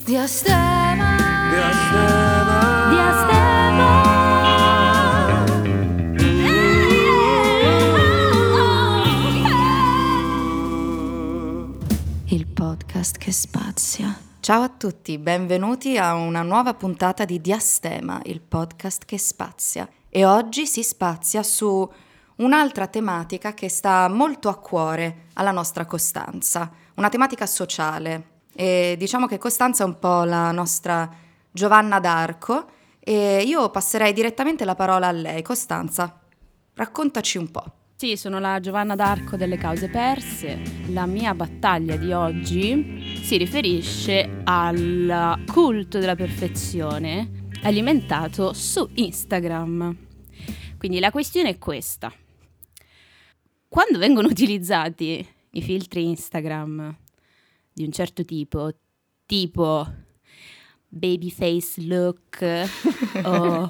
Diastema. Il podcast che spazia. Ciao a tutti, benvenuti a una nuova puntata di Diastema, il podcast che spazia. E oggi si spazia su un'altra tematica che sta molto a cuore alla nostra Costanza, una tematica sociale. E diciamo che Costanza è un po' la nostra Giovanna d'Arco e io passerei direttamente la parola a lei. Costanza, raccontaci un po'. Sì, sono la Giovanna d'Arco delle cause perse. La mia battaglia di oggi si riferisce al culto della perfezione alimentato su Instagram. Quindi la questione è questa. Quando vengono utilizzati i filtri Instagram di un certo tipo baby face look o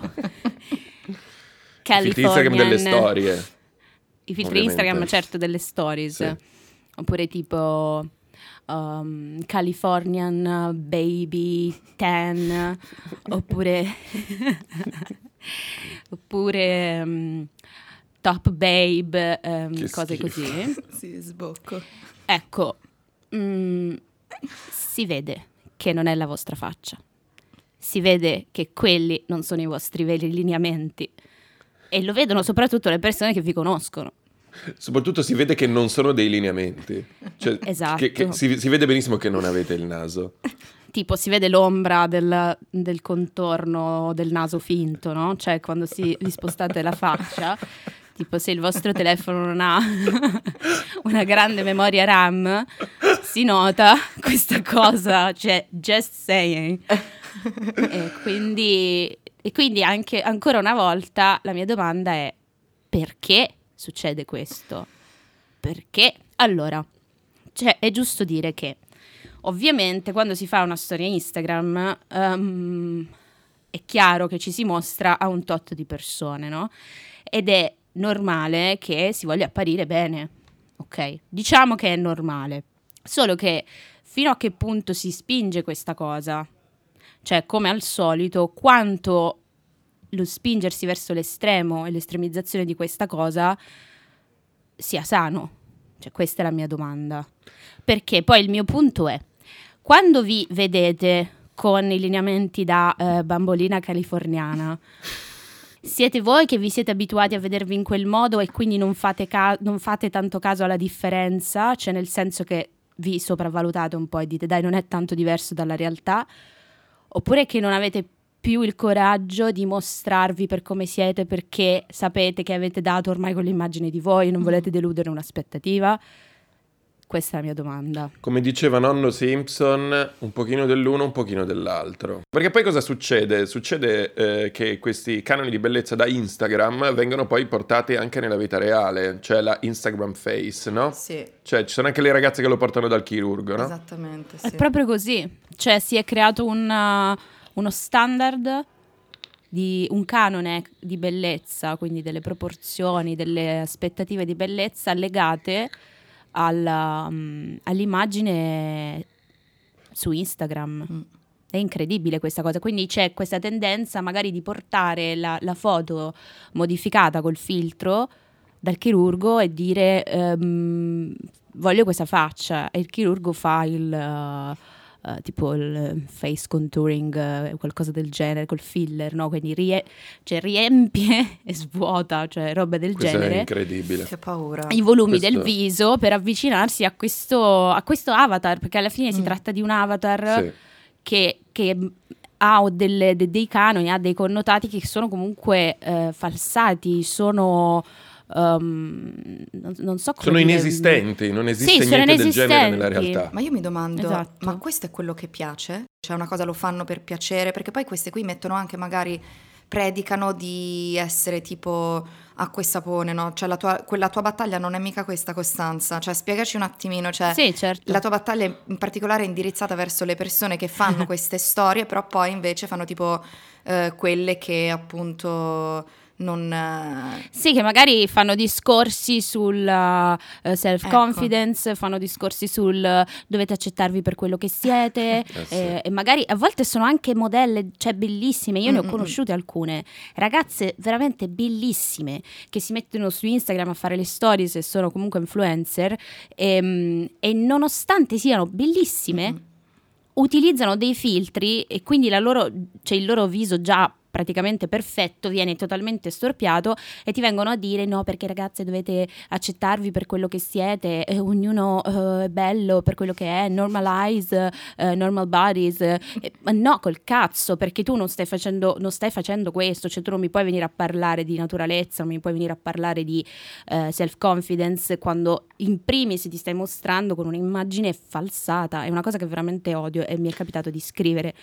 filtri Instagram delle storie. I filtri Ovviamente. Instagram, certo, delle stories, Sì. oppure tipo Californian Baby Tan, oppure Top Babe, Che cose schifo. così. Sì, sbocco. Ecco, si vede che non è la vostra faccia, si vede che quelli non sono i vostri veri lineamenti e lo vedono soprattutto le persone che vi conoscono. Soprattutto si vede che non sono dei lineamenti. Cioè, Esatto. che si vede benissimo che non avete il naso. Tipo si vede l'ombra del contorno del naso finto, no? Cioè quando vi spostate la faccia, tipo se il vostro telefono non ha una grande memoria RAM, si nota questa cosa, cioè just saying. E quindi anche ancora una volta la mia domanda è: perché succede questo? Perché? Allora, cioè, è giusto dire che ovviamente quando si fa una storia Instagram è chiaro che ci si mostra a un tot di persone, no? Ed è normale che si voglia apparire bene, ok? Diciamo che è normale, solo che fino a che punto si spinge questa cosa? Cioè, come al solito, quanto lo spingersi verso l'estremo e l'estremizzazione di questa cosa sia sano? Cioè, questa è la mia domanda. Perché poi il mio punto è: quando vi vedete con i lineamenti da bambolina californiana, siete voi che vi siete abituati a vedervi in quel modo e quindi non fate tanto caso alla differenza? Cioè, nel senso che vi sopravvalutate un po' e dite dai, non è tanto diverso dalla realtà? Oppure che non avete più il coraggio di mostrarvi per come siete perché sapete che avete dato ormai quell'immagine di voi e non volete deludere un'aspettativa? Questa è la mia domanda. Come diceva nonno Simpson, un pochino dell'uno, un pochino dell'altro. Perché poi cosa succede? Succede che questi canoni di bellezza da Instagram vengono poi portati anche nella vita reale, cioè la Instagram face, no? Sì, Cioè ci sono anche le ragazze che lo portano dal chirurgo, no? esattamente, sì. È proprio così. Cioè si è creato uno standard, di un canone di bellezza, quindi delle proporzioni, delle aspettative di bellezza legate all'immagine su Instagram. È incredibile questa cosa, quindi c'è questa tendenza magari di portare la foto modificata col filtro dal chirurgo e dire voglio questa faccia, e il chirurgo fa tipo il face contouring, qualcosa del genere, col filler, no? Quindi riempie e svuota, cioè roba del Questo genere, è incredibile. Che paura. i volumi Questo- del viso per avvicinarsi a questo avatar, perché alla fine si tratta di un avatar Sì. che ha dei canoni, ha dei connotati che sono comunque falsati, sono non so come Sono dire. inesistenti, non esiste Sì, sono niente del genere nella inesistenti. realtà. Ma io mi domando, Esatto. ma questo è quello che piace? Cioè una cosa lo fanno per piacere? Perché poi queste qui mettono anche magari, predicano di essere tipo acqua e sapone, no? Cioè quella tua battaglia non è mica questa, Costanza. Cioè spiegaci un attimino, cioè Sì, certo. la tua battaglia in particolare è indirizzata verso le persone che fanno queste storie, però poi invece fanno tipo quelle che appunto non... Sì, che magari fanno discorsi sul self-confidence, Ecco. fanno discorsi sul dovete accettarvi per quello che siete, Sì. e magari a volte sono anche modelle, cioè bellissime. Io ne ho conosciute alcune, ragazze veramente bellissime, che si mettono su Instagram a fare le stories e sono comunque influencer, e nonostante siano bellissime, utilizzano dei filtri e quindi cioè il loro viso già praticamente perfetto viene totalmente storpiato e ti vengono a dire no, perché ragazze dovete accettarvi per quello che siete, ognuno è bello per quello che è, normalize normal bodies, ma no, col cazzo, perché tu non stai facendo questo, cioè tu non mi puoi venire a parlare di naturalezza, non mi puoi venire a parlare di self confidence quando in primis ti stai mostrando con un'immagine falsata. È una cosa che veramente odio e mi è capitato di scrivere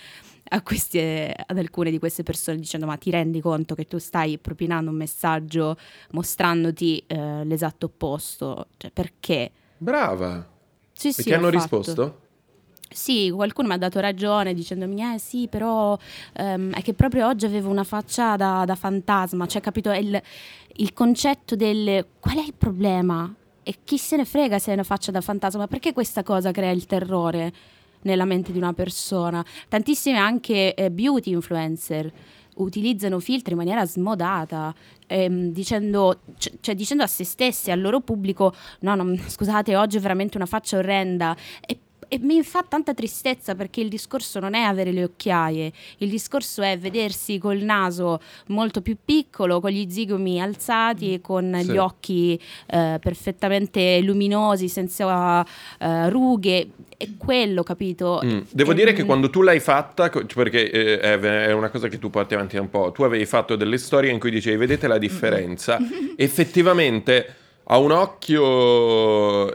ad alcune di queste persone dicendo ma ti rendi conto che tu stai propinando un messaggio mostrandoti l'esatto opposto, cioè perché? Brava. Sì, E sì, ti hanno ho fatto. risposto? Sì, qualcuno mi ha dato ragione dicendomi sì, però è che proprio oggi avevo una faccia da fantasma, cioè capito il concetto qual è il problema? E chi se ne frega se è una faccia da fantasma, perché questa cosa crea il terrore nella mente di una persona? Tantissime anche beauty influencer utilizzano filtri in maniera smodata, dicendo a se stessi, al loro pubblico no, scusate, oggi è veramente una faccia orrenda, e mi fa tanta tristezza, perché il discorso non è avere le occhiaie, il discorso è vedersi col naso molto più piccolo, con gli zigomi alzati e con Sì. gli occhi perfettamente luminosi, senza rughe. È quello, capito? Devo dire che quando tu l'hai fatta, perché è una cosa che tu porti avanti da un po', tu avevi fatto delle storie in cui dicevi vedete la differenza, effettivamente a un occhio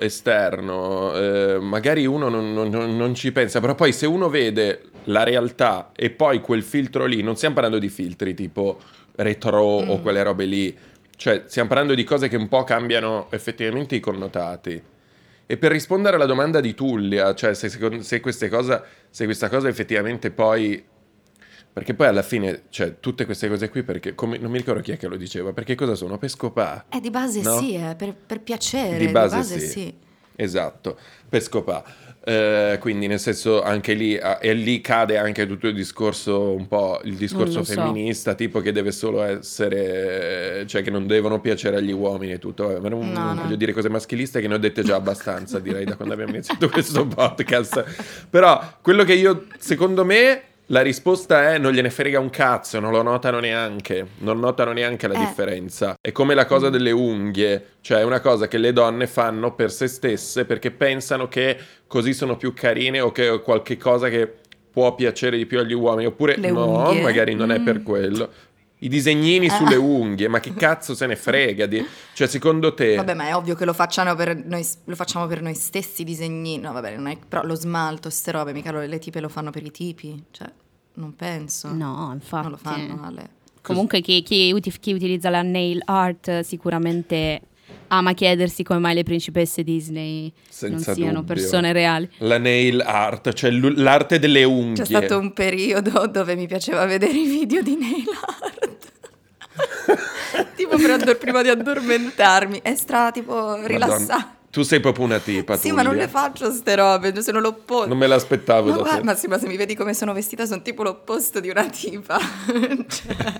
esterno magari uno non ci pensa, però poi se uno vede la realtà e poi quel filtro lì, non stiamo parlando di filtri tipo retro o quelle robe lì, cioè stiamo parlando di cose che un po' cambiano effettivamente i connotati. E per rispondere alla domanda di Tullia, cioè se questa cosa effettivamente poi... Perché poi alla fine, cioè, tutte queste cose qui, perché non mi ricordo chi è che lo diceva, perché cosa sono? Per scopà. Di base no? sì, per piacere, Di base sì. Esatto, per scopà. Quindi nel senso anche lì, e lì cade anche tutto il discorso, un po' il discorso Non lo so. femminista, tipo che deve solo essere, cioè che non devono piacere agli uomini e tutto. Ma non No. voglio dire cose maschiliste che ne ho dette già abbastanza, direi, da quando abbiamo iniziato questo podcast. Però quello che secondo me, la risposta è non gliene frega un cazzo, non lo notano neanche, non notano neanche la differenza. È come la cosa delle unghie, cioè è una cosa che le donne fanno per se stesse perché pensano che così sono più carine o che è qualche cosa che può piacere di più agli uomini, oppure Le no, unghie. magari non è per quello. I disegnini sulle unghie, ma che cazzo se ne frega cioè secondo te... Vabbè, ma è ovvio che lo facciamo per noi stessi, i disegni. No, vabbè, non è, però lo smalto, ste robe, mica le tipe lo fanno per i tipi, cioè, non penso. No, infatti. Non lo fanno, Ale. Comunque chi utilizza la nail art sicuramente ama chiedersi come mai le principesse Disney Senza non siano dubbio. persone reali. La nail art, cioè l'arte delle unghie. C'è stato un periodo dove mi piaceva vedere i video di nail art. Tipo prima di addormentarmi. È tipo rilassante. Tu sei proprio una tipa, Sì, ma non Tullia. le faccio ste robe, sono l'opposto. Non me l'aspettavo Ma da guarda, te. ma sì, ma se mi vedi come sono vestita, sono tipo l'opposto di una tipa. Cioè.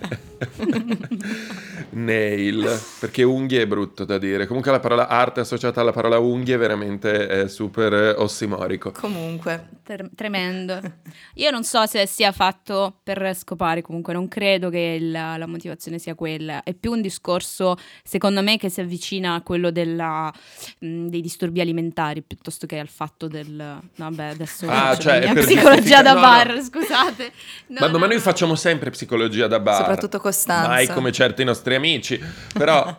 Nail, perché unghie è brutto da dire. Comunque la parola arte associata alla parola unghie veramente è super ossimorico. Comunque. Tremendo. Io non so se sia fatto per scopare, comunque non credo che la motivazione sia quella. È più un discorso, secondo me, che si avvicina a quello dei disturbi alimentari piuttosto che al fatto del... Vabbè, adesso faccio cioè, la mia è per psicologia da giustificare- bar, scusate. Ma noi facciamo sempre psicologia da bar. Soprattutto Costanza. Mai come certi nostri amici. Però,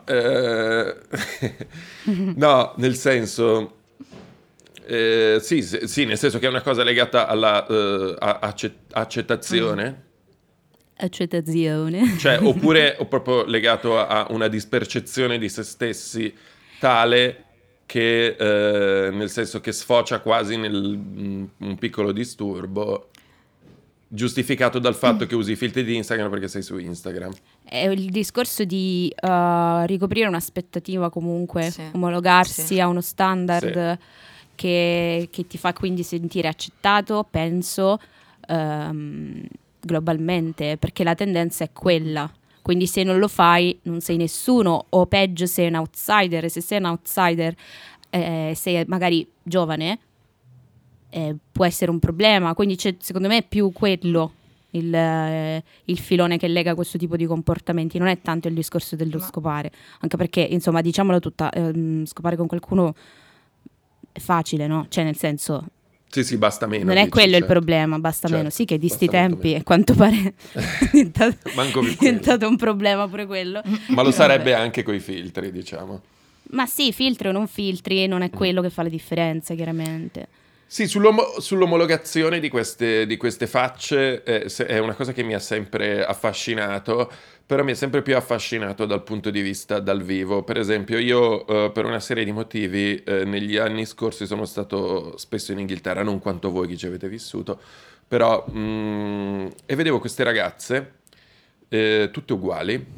no, nel senso... sì, nel senso che è una cosa legata alla accettazione. Accettazione. Cioè, oppure o proprio legato a una dispercezione di se stessi tale che, nel senso che sfocia quasi nel un piccolo disturbo. giustificato dal fatto che usi i filtri di Instagram perché sei su Instagram. È il discorso di ricoprire un'aspettativa comunque, Sì, omologarsi sì. a uno standard che ti fa quindi sentire accettato, penso, globalmente, perché la tendenza è quella. Quindi se non lo fai non sei nessuno, o peggio sei un outsider, e se sei un outsider sei magari giovane, può essere un problema. Quindi secondo me è più quello il filone che lega questo tipo di comportamenti, non è tanto il discorso dello scopare, anche perché, insomma, diciamolo tutta, scopare con qualcuno è facile, no? Cioè, nel senso, Sì, basta meno. non è dici, quello il certo. problema, basta Certo, meno. Sì, che di basta sti molto tempi, meno. a quanto pare è Manco più diventato un problema pure quello. Ma lo sarebbe anche coi filtri, diciamo. Ma sì, filtri o non filtri, non è quello che fa la differenza, chiaramente. Sì, sull'omologazione di queste facce è una cosa che mi ha sempre affascinato, però mi è sempre più affascinato dal punto di vista dal vivo. Per esempio, io per una serie di motivi negli anni scorsi sono stato spesso in Inghilterra, non quanto voi che ci avete vissuto, però e vedevo queste ragazze tutte uguali,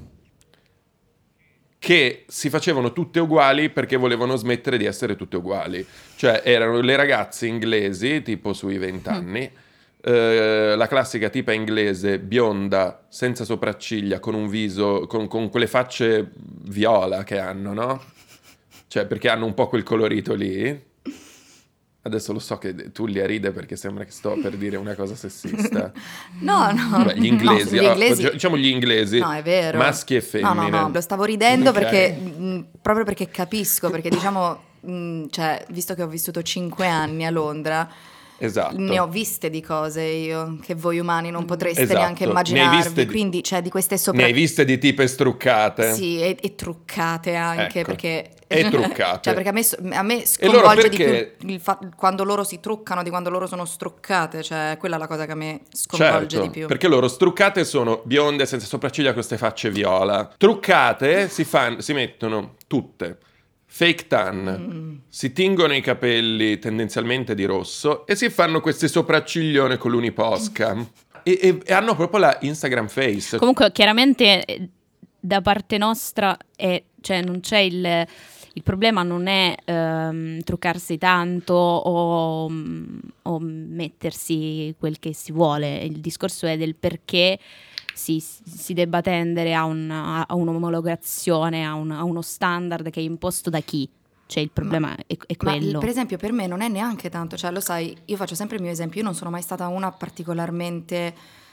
che si facevano tutte uguali perché volevano smettere di essere tutte uguali. Cioè erano le ragazze inglesi, tipo sui 20 anni, la classica tipa inglese bionda, senza sopracciglia, con un viso, con quelle facce viola che hanno, no? Cioè perché hanno un po' quel colorito lì. Adesso lo so che tu li ride perché sembra che sto per dire una cosa sessista. No, Vabbè, gli inglesi, no, gli inglesi... diciamo gli inglesi, No, è vero. maschi e femmine. No, lo stavo ridendo Ok. perché proprio perché capisco, perché diciamo, cioè, visto che ho vissuto 5 anni a Londra, Esatto. ne ho viste di cose io che voi umani non potreste Esatto. neanche Ne hai immaginarvi, viste quindi cioè di queste Ne hai viste di tipe struccate? Sì, e truccate anche, Ecco. perché... E truccate. Cioè, perché a me E loro sconvolge perché- di più quando loro si truccano di quando loro sono struccate, cioè quella è la cosa che a me sconvolge Certo, di più. perché loro struccate sono bionde senza sopracciglia con queste facce viola. Truccate si mettono tutte fake tan, si tingono i capelli tendenzialmente di rosso e si fanno queste sopracciglione con l'uniposca. E hanno proprio la Instagram face. Comunque, chiaramente, da parte nostra, cioè, non c'è il problema non è truccarsi tanto o mettersi quel che si vuole. Il discorso è del perché si debba tendere a un'omologazione, a uno standard che è imposto da chi. Cioè, il problema è quello. Per esempio, per me non è neanche tanto, cioè lo sai, io faccio sempre il mio esempio, io non sono mai stata una particolarmente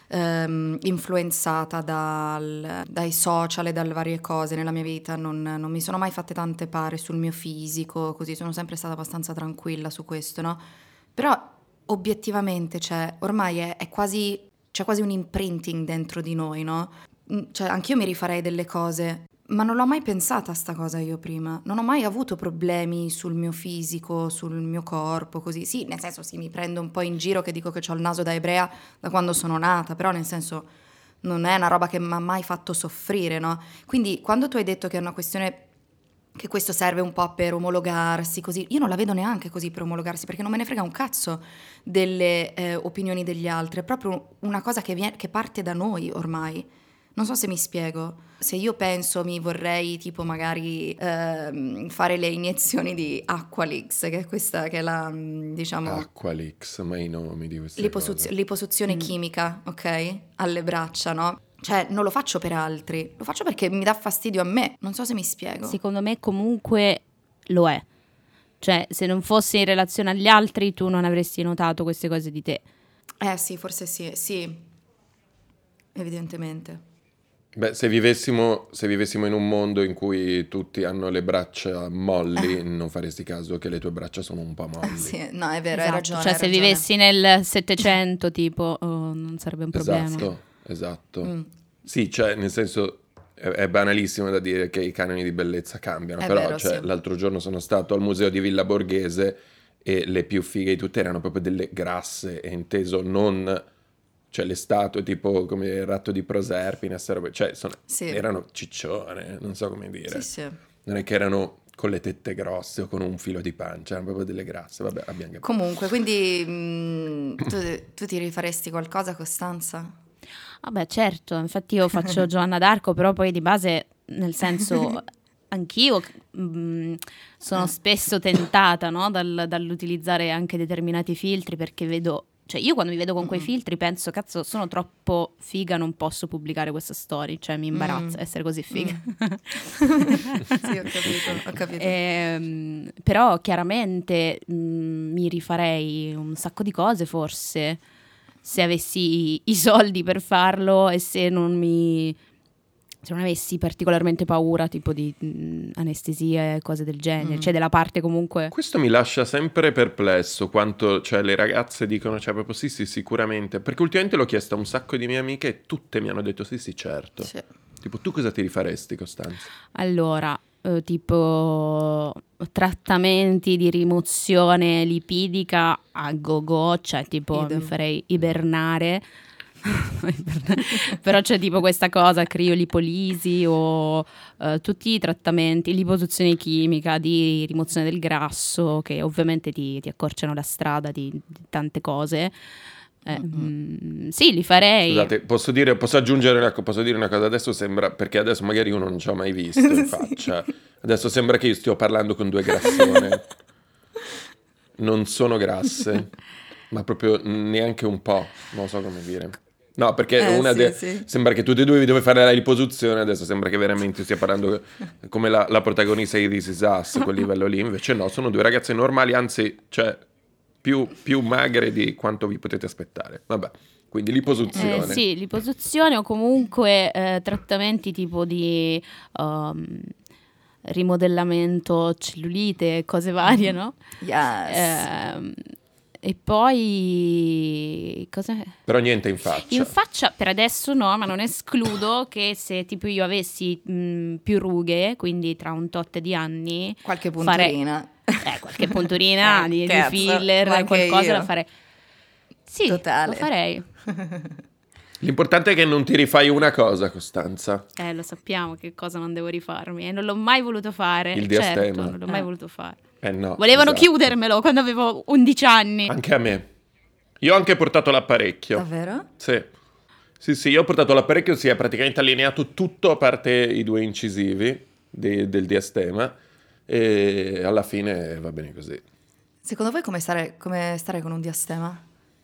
influenzata dai social e dalle varie cose nella mia vita, non mi sono mai fatte tante pare sul mio fisico, così sono sempre stata abbastanza tranquilla su questo, no? Però obiettivamente, cioè, ormai è quasi, c'è quasi un imprinting dentro di noi, no? Cioè, anch'io mi rifarei delle cose, ma non l'ho mai pensata sta cosa io prima. Non ho mai avuto problemi sul mio fisico, sul mio corpo, così. Sì, nel senso, sì, mi prendo un po' in giro che dico che ho il naso da ebrea da quando sono nata, però nel senso non è una roba che mi ha mai fatto soffrire, no? Quindi quando tu hai detto che è una questione che questo serve un po' per omologarsi, così, io non la vedo neanche così per omologarsi, perché non me ne frega un cazzo delle opinioni degli altri, è proprio una cosa che parte da noi ormai. Non so se mi spiego. Se io penso mi vorrei tipo magari fare le iniezioni di Aqualix, che è questa che è la diciamo Aqualix, ma i nomi di queste cose. liposuzione chimica, ok? Alle braccia, no? Cioè non lo faccio per altri, lo faccio perché mi dà fastidio a me. Non so se mi spiego. Secondo me comunque lo è. Cioè, se non fosse in relazione agli altri, tu non avresti notato queste cose di te. Sì, forse sì, evidentemente. Beh, se vivessimo in un mondo in cui tutti hanno le braccia molli, non faresti caso che le tue braccia sono un po' molli. Sì, no, è vero, hai Esatto. ragione. Cioè, hai se ragione. vivessi nel 700, tipo, non sarebbe un problema. Esatto. Sì, cioè, nel senso, è banalissimo da dire che i canoni di bellezza cambiano, È però vero, cioè, sì. l'altro giorno sono stato al museo di Villa Borghese e le più fighe di tutte erano proprio delle grasse, e inteso non... Cioè le statue tipo come il ratto di Proserpine, cioè Sì. erano ciccione, non so come dire. Sì. Non è che erano con le tette grosse o con un filo di pancia, erano proprio delle grasse, vabbè, abbiamo capito. Comunque, quindi tu ti rifaresti qualcosa, Costanza? Vabbè, certo, infatti io faccio Giovanna d'Arco, però poi di base, nel senso, anch'io sono spesso tentata, no, dall'utilizzare anche determinati filtri, perché vedo, cioè io quando mi vedo con quei filtri penso, cazzo, sono troppo figa, non posso pubblicare questa story, cioè mi imbarazza essere così figa. Sì, ho capito. Però chiaramente mi rifarei un sacco di cose, forse, se avessi i soldi per farlo e se non avessi particolarmente paura tipo di anestesia e cose del genere, cioè della parte comunque. Questo mi lascia sempre perplesso quanto, cioè, le ragazze dicono, cioè, proprio sì, sicuramente. Perché ultimamente l'ho chiesto a un sacco di mie amiche e tutte mi hanno detto sì, certo. Sì. Tipo, tu cosa ti rifaresti, Costanza? Allora, tipo trattamenti di rimozione lipidica a go-go, cioè tipo Idem. mi farei ibernare. Però c'è tipo questa cosa, criolipolisi o tutti i trattamenti, liposuzione chimica di rimozione del grasso, che ovviamente ti accorciano la strada di tante cose. Sì, li farei. Scusate, posso dire una cosa? Adesso sembra, perché adesso magari io non ci ho mai visto in faccia. Adesso sembra che io stia parlando con due grassone. Non sono grasse, ma proprio neanche un po', non so come dire. No, perché sì. sembra che tutti e due vi dove fare la liposuzione, adesso sembra che veramente stia parlando come la protagonista di This Is Us, quel livello lì. Invece no, sono due ragazze normali, anzi, cioè, più magre di quanto vi potete aspettare. Vabbè, quindi liposuzione. Sì, liposuzione o comunque trattamenti tipo di rimodellamento cellulite, cose varie, no? Yes. E poi cos'è? Però niente in faccia. In faccia per adesso no, ma non escludo che se tipo io avessi più rughe, quindi tra un tot di anni, Qualche punturina. qualche punturina di cazzo, filler, ma anche qualcosa io. la farei. Sì, Totale. lo farei. L'importante è che non ti rifai una cosa, Costanza. Lo sappiamo che cosa non devo rifarmi e non l'ho mai voluto fare. Il diastema. Certo, non l'ho mai voluto fare. No, Volevano esatto. chiudermelo quando avevo 11 anni. Anche a me. Io ho anche portato l'apparecchio. Davvero? Sì, io ho portato l'apparecchio, si è praticamente allineato tutto a parte i due incisivi del diastema e alla fine va bene così. Secondo voi come stare con un diastema?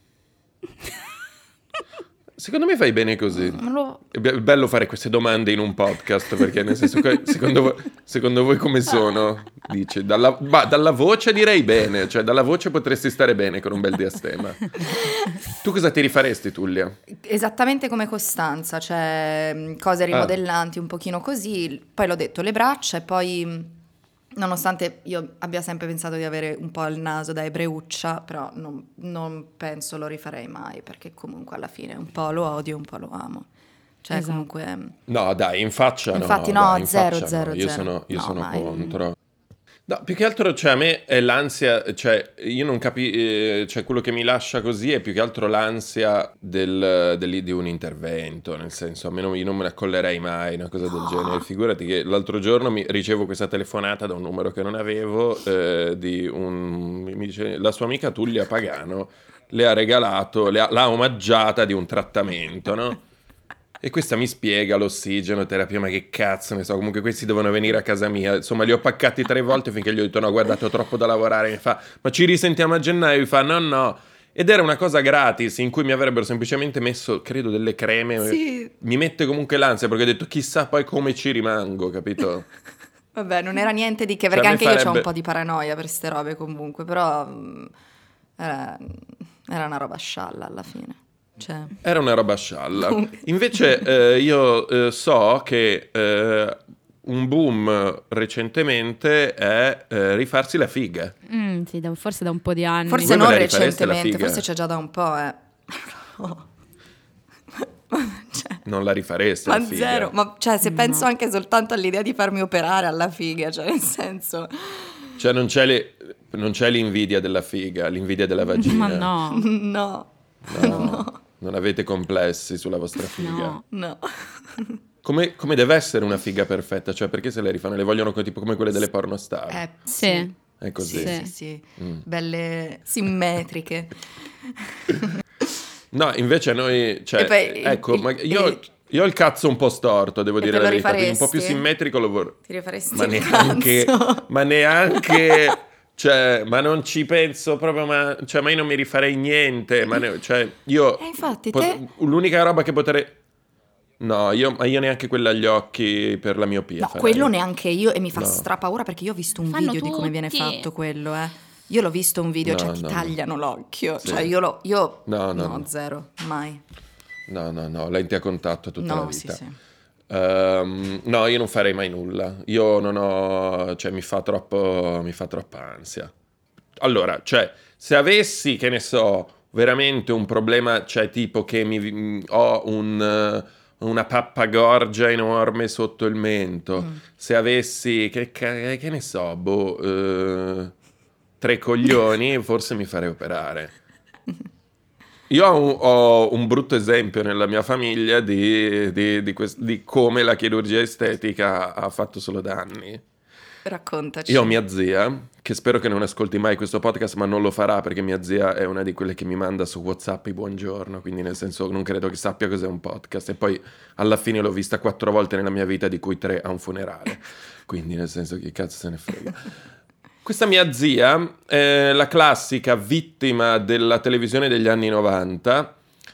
Secondo me fai bene così. È bello fare queste domande in un podcast, perché nel senso che secondo voi come sono? Dice, dalla voce direi bene, cioè dalla voce potresti stare bene con un bel diastema. Tu cosa ti rifaresti, Tullia? Esattamente come Costanza, cioè cose rimodellanti, un pochino così, poi l'ho detto, le braccia e poi, nonostante io abbia sempre pensato di avere un po' il naso da ebreuccia, però non penso lo rifarei mai, perché comunque alla fine un po' lo odio, un po' lo amo. Cioè Esatto. comunque... No, dai, in faccia Infatti no. no, Dai, in zero, faccia zero, no. Io zero. sono mai. contro. No, più che altro, cioè, a me è l'ansia, cioè, io non capisco, cioè, quello che mi lascia così è più che altro l'ansia di un intervento, nel senso, a me io non me ne accollerei mai, una cosa del genere. Figurati che l'altro giorno ricevo questa telefonata da un numero che non avevo, mi dice, la sua amica Tullia Pagano le ha regalato, l'ha omaggiata di un trattamento, no? E questa mi spiega l'ossigeno, terapia, ma che cazzo ne so, comunque questi devono venire a casa mia, insomma li ho paccati 3 volte finché gli ho detto no, guarda, ho troppo da lavorare, mi fa, ma ci risentiamo a gennaio, mi fa no, ed era una cosa gratis in cui mi avrebbero semplicemente messo, credo, delle creme, Sì. Mi mette comunque l'ansia perché ho detto chissà poi come ci rimango, capito? Vabbè, non era niente di che, Cioè, perché mi anche io ho farebbe- un po' di paranoia per ste robe comunque, però era una roba scialla alla fine. Cioè... Era una roba scialla. Invece io so che un boom recentemente è rifarsi la figa. Sì, forse da un po' di anni. Forse Voi me non la rifareste la recentemente, figa? forse c'è già da un po', Cioè, Non la rifareste ma la figa? zero, ma cioè se No. penso anche soltanto all'idea di farmi operare alla figa, cioè nel senso... Cioè non c'è l'invidia della figa, l'invidia della vagina. Ma no. No, No. Non avete complessi sulla vostra figa. No. no. Come deve essere una figa perfetta? Cioè, perché se le rifanno? Le vogliono tipo come quelle delle pornostar? Sì. È così. Sì. Belle simmetriche. No, invece noi, cioè, poi ecco, io ho il cazzo un po' storto, devo dire te la lo verità, quindi un po' più rifaresti? simmetrico lo vorrei. Ti rifaresti Ma il neanche, cazzo? ma neanche, cioè, ma non ci penso proprio, ma io non mi rifarei niente, cioè, io, Infatti, te? l'unica roba che potrei, no, ma io neanche quella agli occhi per la miopia No, farei. quello neanche io, e mi fa No. strapaura perché io ho visto un Fanno video di come viene tutti. fatto quello, Io l'ho visto un video, No, cioè ti no. tagliano l'occhio, Sì. cioè No. no, zero, mai. No, lenti a contatto tutta la No, vita. sì. No, io non farei mai nulla. Io non ho, cioè mi fa troppa ansia. Allora, cioè, se avessi, che ne so, veramente un problema, cioè tipo che ho una pappagorgia enorme sotto il mento, se avessi, che ne so, 3 coglioni, forse mi farei operare. Io ho un brutto esempio nella mia famiglia di come la chirurgia estetica ha fatto solo danni. Raccontaci. Io ho mia zia, che spero che non ascolti mai questo podcast, ma non lo farà perché mia zia è una di quelle che mi manda su WhatsApp i buongiorno, quindi nel senso non credo che sappia cos'è un podcast. E poi alla fine l'ho vista 4 volte nella mia vita, di cui 3 a un funerale. Quindi nel senso che cazzo se ne frega. Questa mia zia è la classica vittima della televisione degli anni 90,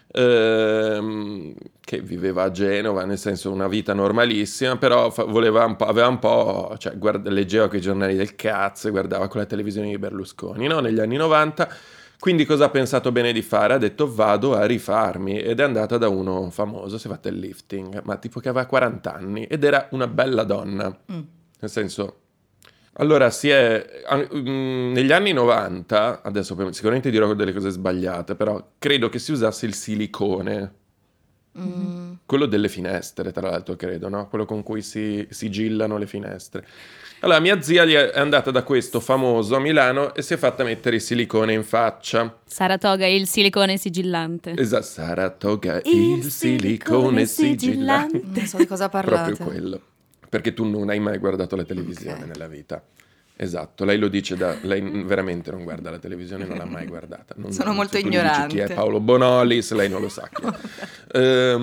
che viveva a Genova, nel senso una vita normalissima, però aveva un po', cioè leggeva quei giornali del cazzo e guardava quella televisione di Berlusconi, no? Negli anni 90. Quindi cosa ha pensato bene di fare? Ha detto vado a rifarmi, ed è andata da uno famoso, si è fatto il lifting, ma tipo che aveva 40 anni ed era una bella donna, nel senso... Allora, negli anni 90, adesso sicuramente dirò delle cose sbagliate, però credo che si usasse il silicone, quello delle finestre, tra l'altro, credo, no? Quello con cui si sigillano le finestre. Allora, mia zia è andata da questo famoso a Milano e si è fatta mettere il silicone in faccia. Saratoga, il silicone sigillante. Esatto, Saratoga, il silicone sigillante. Non so di cosa parlate. Proprio quello. Perché tu non hai mai guardato la televisione nella vita. Esatto, lei lo dice lei veramente non guarda la televisione, non l'ha mai guardata. Sono molto se tu gli dici ignorante. chi è Paolo Bonolis, lei non lo sa chi è.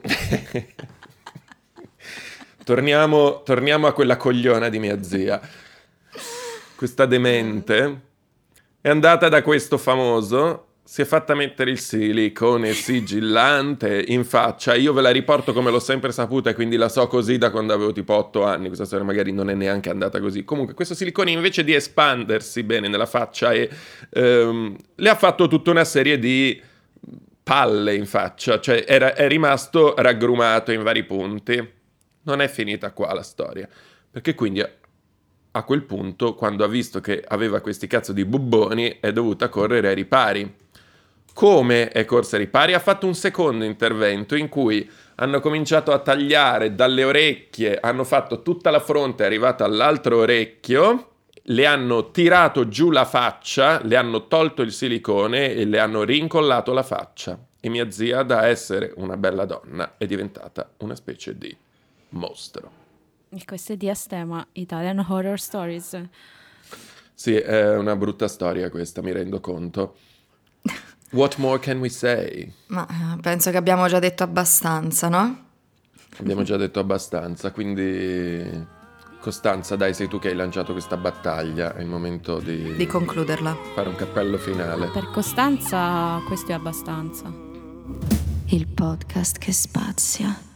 Torniamo a quella cogliona di mia zia. Questa demente è andata da questo famoso, si è fatta mettere il silicone sigillante in faccia. Io ve la riporto come l'ho sempre saputa e quindi la so così da quando avevo tipo 8 anni. Questa storia magari non è neanche andata così. Comunque questo silicone, invece di espandersi bene nella faccia, le ha fatto tutta una serie di palle in faccia. Cioè è rimasto raggrumato in vari punti. Non è finita qua la storia, perché quindi a quel punto, quando ha visto che aveva questi cazzo di bubboni, è dovuta correre ai ripari. Come è corsa ai ripari? Ha fatto un secondo intervento in cui hanno cominciato a tagliare dalle orecchie, hanno fatto tutta la fronte, è arrivata all'altro orecchio, le hanno tirato giù la faccia, le hanno tolto il silicone e le hanno rincollato la faccia. E mia zia, da essere una bella donna, è diventata una specie di mostro. E questo è Diastema, Italian Horror Stories. Sì, è una brutta storia questa, mi rendo conto. What more can we say? Ma penso che abbiamo già detto abbastanza, no? Abbiamo già detto abbastanza, quindi Costanza, dai, sei tu che hai lanciato questa battaglia, è il momento Di concluderla. fare un cappello finale. Per Costanza questo è abbastanza. Il podcast che spazia.